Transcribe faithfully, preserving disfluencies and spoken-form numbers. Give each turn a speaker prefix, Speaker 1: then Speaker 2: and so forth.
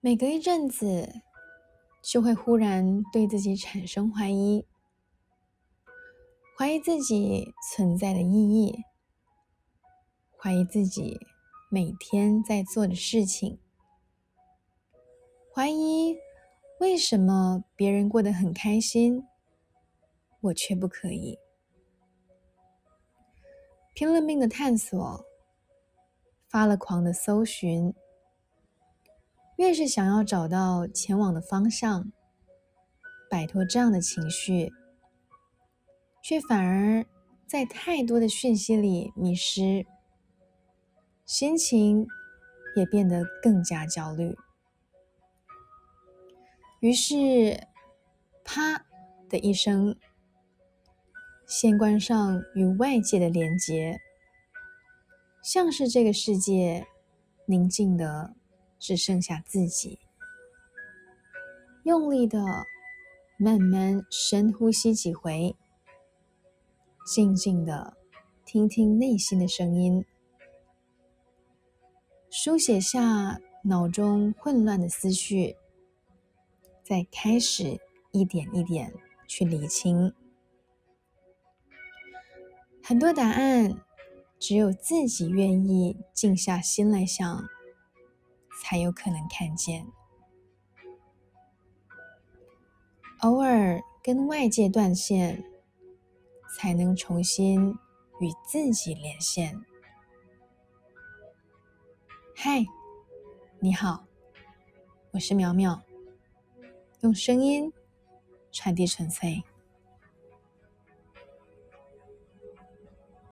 Speaker 1: 每隔一阵子，就会忽然对自己产生怀疑，怀疑自己存在的意义，怀疑自己每天在做的事情，怀疑为什么别人过得很开心，我却不可以。拼了命的探索，发了狂的搜寻，越是想要找到前往的方向，摆脱这样的情绪，却反而在太多的讯息里迷失，心情也变得更加焦虑。于是，啪的一声，先关上与外界的连结，像是这个世界宁静的只剩下自己。用力的慢慢深呼吸几回，静静的听听内心的声音，书写下脑中混乱的思绪，再开始一点一点去理清。很多答案只有自己愿意静下心来想，才有可能看见。偶尔跟外界断线，才能重新与自己连线。嗨，你好，我是苗苗，用声音传递纯粹。